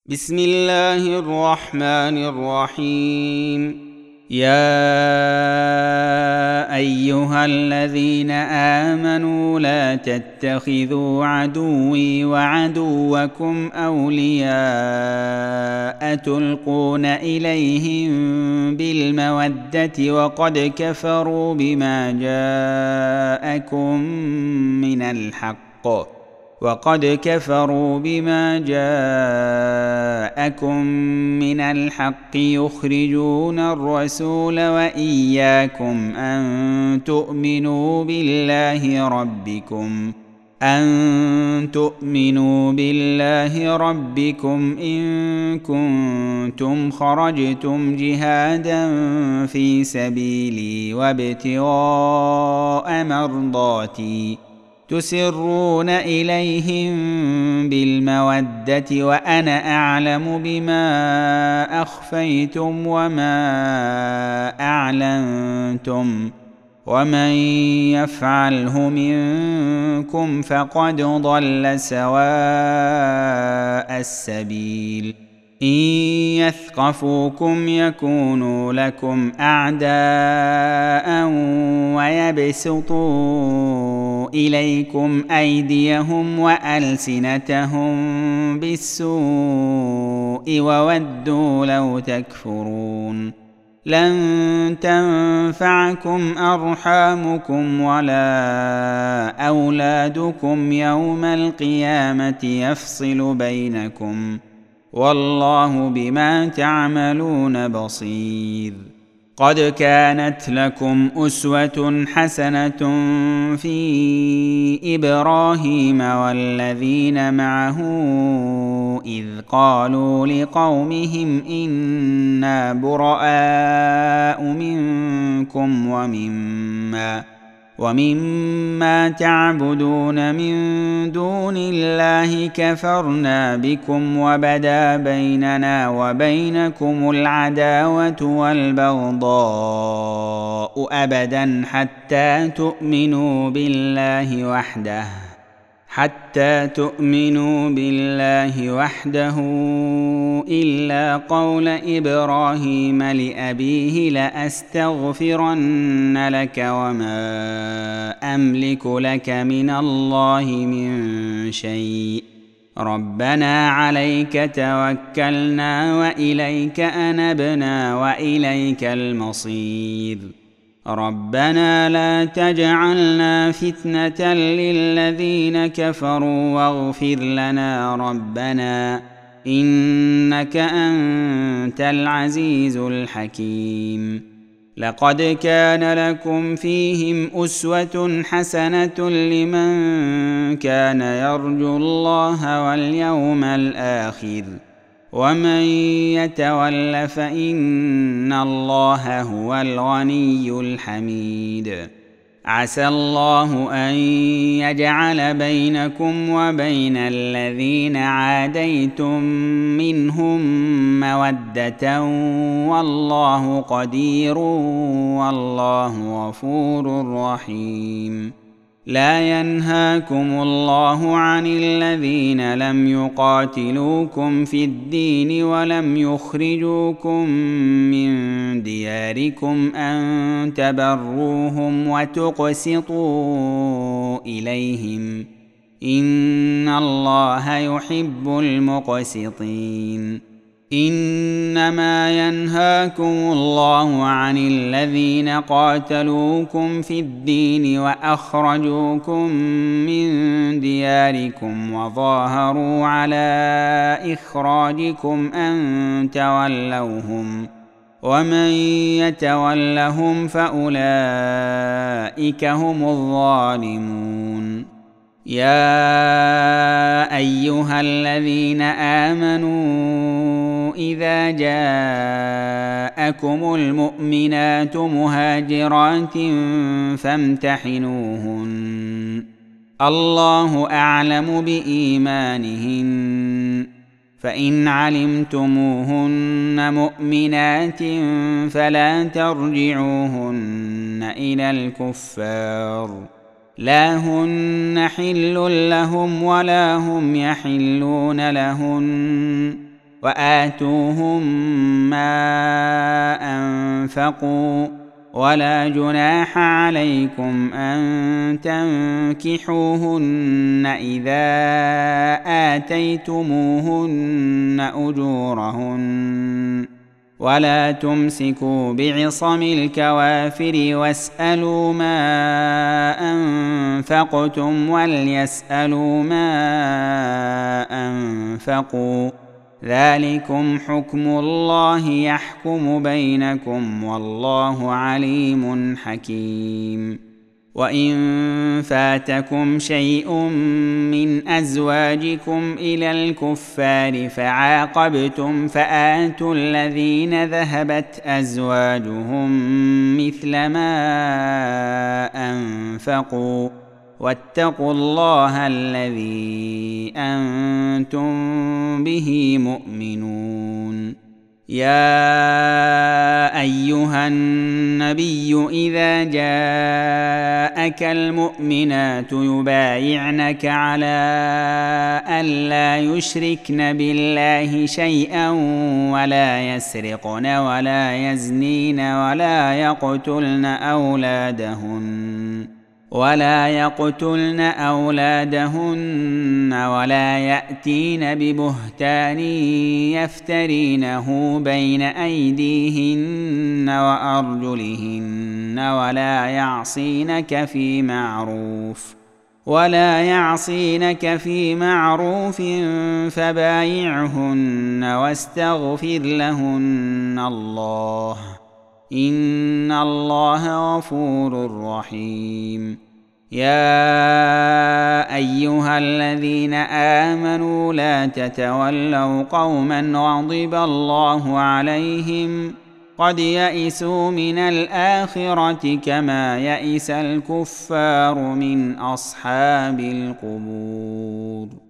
بسم الله الرحمن الرحيم. يا أيها الذين آمنوا لا تتخذوا عدوي وعدوكم أولياء تلقون إليهم بالمودة وقد كفروا بما جاءكم من الحق يخرجون الرسول وإياكم أن تؤمنوا بالله ربكم إن كنتم خرجتم جهادا في سبيلي وابتغاء مرضاتي تسرون إليهم بالمودة وأنا أعلم بما أخفيتم وما أعلنتم ومن يفعله منكم فقد ضل سواء السبيل. إن يثقفوكم يكونوا لكم أعداء ويبسطوا إليكم أيديهم وألسنتهم بالسوء وودوا لو تكفرون. لن تنفعكم أرحامكم ولا أولادكم يوم القيامة يفصل بينكم والله بما تعملون بصير. قد كانت لكم أسوة حسنة في إبراهيم والذين معه إذ قالوا لقومهم إنا براء منكم ومما تعبدون من دون الله كفرنا بكم وبدا بيننا وبينكم العداوة والبغضاء أبدا حتى تؤمنوا بالله وحده إلا قول إبراهيم لأبيه لأستغفرن لك وما أملك لك من الله من شيء ربنا عليك توكلنا وإليك أنبنا وإليك المصير. ربنا لا تجعلنا فتنة للذين كفروا واغفر لنا ربنا إنك أنت العزيز الحكيم. لقد كان لكم فيهم أسوة حسنة لمن كان يرجو الله واليوم الآخر ومن يتول فإن الله هو الغني الحميد. عسى الله أن يجعل بينكم وبين الذين عاديتم منهم مودة والله قدير والله غفور رحيم. لا ينهاكم الله عن الذين لم يقاتلوكم في الدين ولم يخرجوكم من دياركم أن تبروهم وتقسطوا إليهم إن الله يحب المقسطين. إنما ينهاكم الله عن الذين قاتلوكم في الدين وأخرجوكم من دياركم وظاهروا على إخراجكم أن تولوهم ومن يتولهم فأولئك هم الظالمون. يا أيها الذين آمنوا إذا جاءكم المؤمنات مهاجرات فامتحنوهن الله أعلم بإيمانهن فإن علمتموهن مؤمنات فلا ترجعوهن إلى الكفار لا هن حل لهم ولا هم يحلون لهن وآتوهم ما أنفقوا، ولا جناح عليكم أن تنكحوهن إذا آتيتموهن أجورهن، ولا تمسكوا بعصم الكوافر واسألوا ما أنفقتم وليسألوا ما أنفقوا، ذلكم حكم الله يحكم بينكم والله عليم حكيم. وإن فاتكم شيء من أزواجكم إلى الكفار فعاقبتم فآتوا الذين ذهبت أزواجهم مثل ما أنفقوا، واتقوا الله الذي أنتم به مؤمنون. يا أيها النبي إذا جاءك المؤمنات يبايعنك على ألا يشركن بالله شيئا ولا يسرقن ولا يزنين ولا يقتلن أولادهن ولا يأتين ببهتان يفترينه بين أيديهن وأرجلهن ولا يعصينك في معروف فبايعهن واستغفر لهن الله، إن الله غفور رحيم. يا أيها الذين آمنوا لا تتولوا قوما غضب الله عليهم قد يئسوا من الآخرة كما يئس الكفار من أصحاب القبور.